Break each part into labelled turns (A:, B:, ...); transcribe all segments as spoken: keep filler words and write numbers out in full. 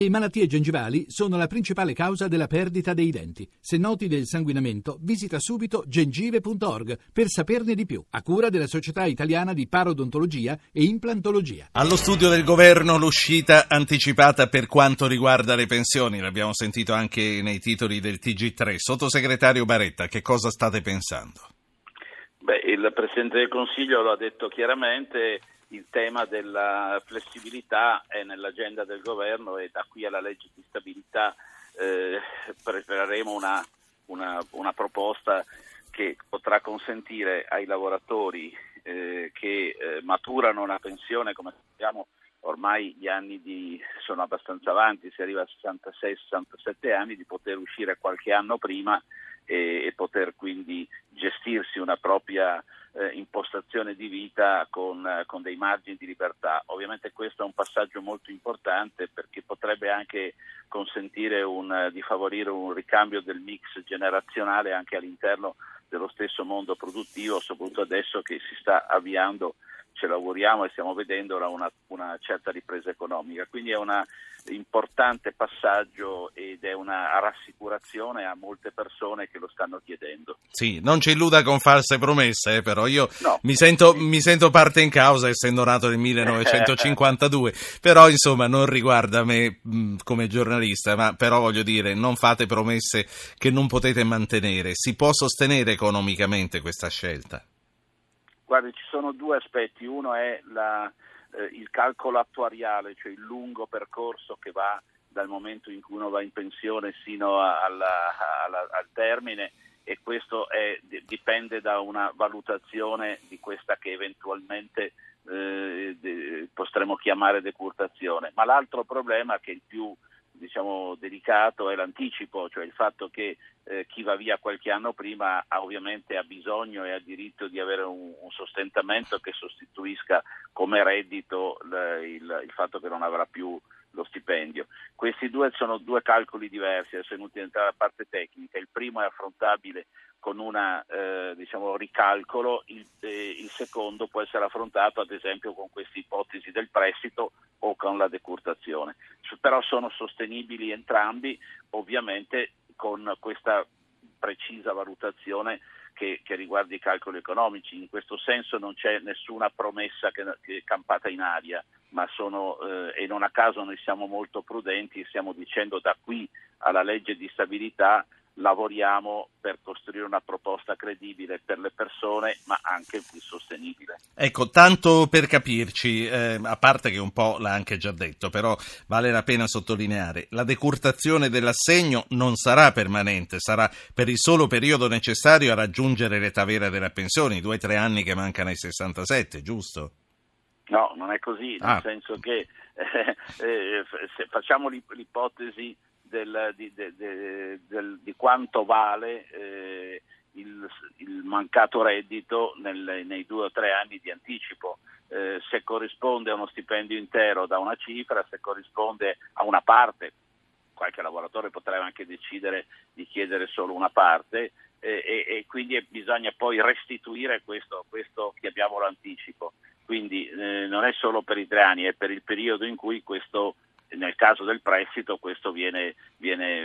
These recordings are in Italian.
A: Le malattie gengivali sono la principale causa della perdita dei denti. Se noti del sanguinamento, visita subito gengive punto org per saperne di più, a cura della Società Italiana di Parodontologia e Implantologia.
B: Allo studio del governo l'uscita anticipata per quanto riguarda le pensioni, l'abbiamo sentito anche nei titoli del T G tre. Sottosegretario Baretta, che cosa state pensando?
C: Beh, il Presidente del Consiglio lo ha detto chiaramente. Il tema della flessibilità è nell'agenda del governo e da qui alla legge di stabilità eh, prepareremo una, una, una proposta che potrà consentire ai lavoratori eh, che eh, maturano una pensione, come sappiamo ormai gli anni di, sono abbastanza avanti, si arriva a sessantasei sessantasette anni, di poter uscire qualche anno prima e, e poter quindi gestirsi una propria Eh, impostazione di vita con, eh, con dei margini di libertà. Ovviamente questo è un passaggio molto importante perché potrebbe anche consentire un, eh, di favorire un ricambio del mix generazionale anche all'interno dello stesso mondo produttivo, soprattutto adesso che si sta avviando, ce l'auguriamo e stiamo vedendo una, una certa ripresa economica. Quindi è un importante passaggio ed è una rassicurazione a molte persone che lo stanno chiedendo.
B: Sì, non ci illuda con false promesse, eh, però io
C: no.
B: mi, sento, mi sento parte in causa essendo nato nel millenovecentocinquantadue, però insomma non riguarda me mh, come giornalista, ma però voglio dire, non fate promesse che non potete mantenere. Si può sostenere economicamente questa scelta?
C: Guardi, ci sono due aspetti. Uno è la, eh, il calcolo attuariale, cioè il lungo percorso che va dal momento in cui uno va in pensione sino a, alla, alla, al termine, e questo è, dipende da una valutazione di questa che eventualmente eh, de, potremmo chiamare decurtazione. Ma l'altro problema, che è il più diciamo delicato, è l'anticipo, cioè il fatto che eh, chi va via qualche anno prima ha, ovviamente ha bisogno e ha diritto di avere un, un sostentamento che sostituisca come reddito il, il, il fatto che non avrà più lo stipendio. Questi due sono due calcoli diversi, adesso è inutile entrare alla parte tecnica. Il primo è affrontabile con una eh, diciamo ricalcolo, il, eh, il secondo può essere affrontato ad esempio con queste ipotesi del prestito o con la decurtazione, però sono sostenibili entrambi, ovviamente con questa precisa valutazione che, che riguarda i calcoli economici. In questo senso non c'è nessuna promessa che, che è campata in aria, ma sono eh, e non a caso noi siamo molto prudenti e stiamo dicendo da qui alla legge di stabilità lavoriamo per costruire una proposta credibile per le persone, ma anche più sostenibile.
B: Ecco, tanto per capirci, eh, a parte che un po' l'ha anche già detto, però vale la pena sottolineare, la decurtazione dell'assegno non sarà permanente, sarà per il solo periodo necessario a raggiungere l'età vera della pensione, i due o tre anni che mancano ai sessantasette, giusto?
C: No, non è così, nel
B: ah.
C: senso che eh, eh, se facciamo l'ipotesi Del, di, de, de, del, di quanto vale eh, il, il mancato reddito nel, nei due o tre anni di anticipo, eh, se corrisponde a uno stipendio intero da una cifra, se corrisponde a una parte, qualche lavoratore potrebbe anche decidere di chiedere solo una parte eh, e, e quindi bisogna poi restituire questo, questo chiamiamolo anticipo, quindi eh, non è solo per i tre anni, è per il periodo in cui questo, nel caso del prestito, questo viene, viene,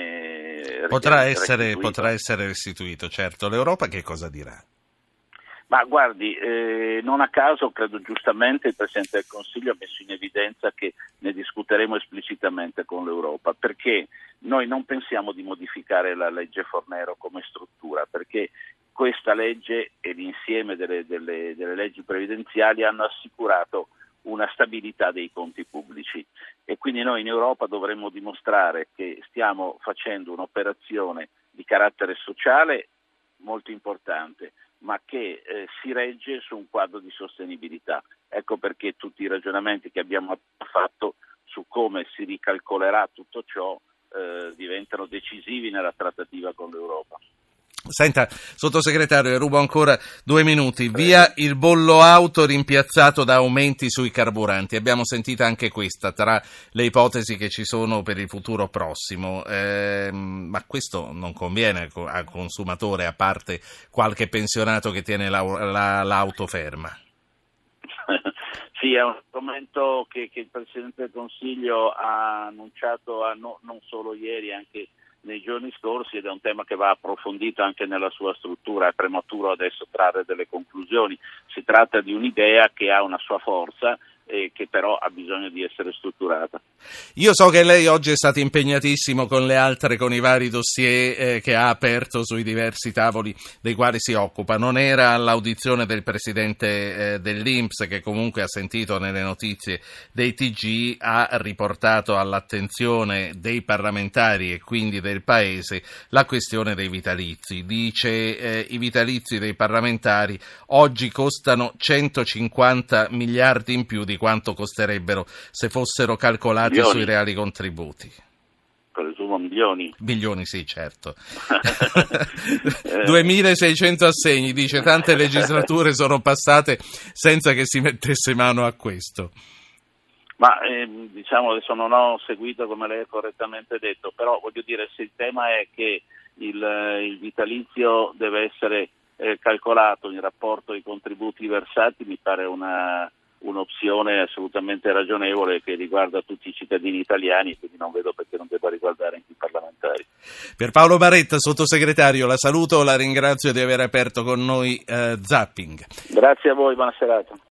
C: viene
B: potrà essere, potrà essere restituito, certo. L'Europa che cosa dirà?
C: Ma guardi, eh, non a caso credo giustamente il Presidente del Consiglio ha messo in evidenza che ne discuteremo esplicitamente con l'Europa, perché noi non pensiamo di modificare la legge Fornero come struttura, perché questa legge e l'insieme delle, delle, delle leggi previdenziali hanno assicurato una stabilità dei conti pubblici e quindi noi in Europa dovremmo dimostrare che stiamo facendo un'operazione di carattere sociale molto importante, ma che eh, si regge su un quadro di sostenibilità. Ecco perché tutti i ragionamenti che abbiamo fatto su come si ricalcolerà tutto ciò eh, diventano decisivi nella trattativa con l'Europa.
B: Senta, sottosegretario, rubo ancora due minuti. Via il bollo auto rimpiazzato da aumenti sui carburanti. Abbiamo sentito anche questa tra le ipotesi che ci sono per il futuro prossimo. Eh, ma questo non conviene al consumatore, a parte qualche pensionato che tiene la, la, l'auto ferma.
C: Sì, è un argomento che, che il Presidente del Consiglio ha annunciato a no, non solo ieri, anche nei giorni scorsi, ed è un tema che va approfondito anche nella sua struttura. È prematuro adesso trarre delle conclusioni. Si tratta di un'idea che ha una sua forza e che però ha bisogno di essere strutturata.
B: Io so che lei oggi è stato impegnatissimo con le altre, con i vari dossier eh, che ha aperto sui diversi tavoli dei quali si occupa. Non era all'audizione del presidente eh, dell'I N P S, che comunque ha sentito nelle notizie dei T G, ha riportato all'attenzione dei parlamentari e quindi del Paese la questione dei vitalizi. Dice eh, i vitalizi dei parlamentari oggi costano centocinquanta miliardi in più di quanto costerebbero se fossero calcolati milioni. Sui reali contributi.
C: Presumo milioni.
B: Milioni, sì, certo. duemilaseicento assegni, dice, tante legislature sono passate senza che si mettesse mano a questo.
C: Ma eh, diciamo, adesso non ho seguito come lei ha correttamente detto, però voglio dire, se il tema è che il, il vitalizio deve essere eh, calcolato in rapporto ai contributi versati, mi pare una un'opzione assolutamente ragionevole che riguarda tutti i cittadini italiani, quindi non vedo perché non debba riguardare anche i parlamentari.
B: Pierpaolo Baretta, sottosegretario, la saluto, la ringrazio di aver aperto con noi eh, Zapping.
C: Grazie a voi, buona serata.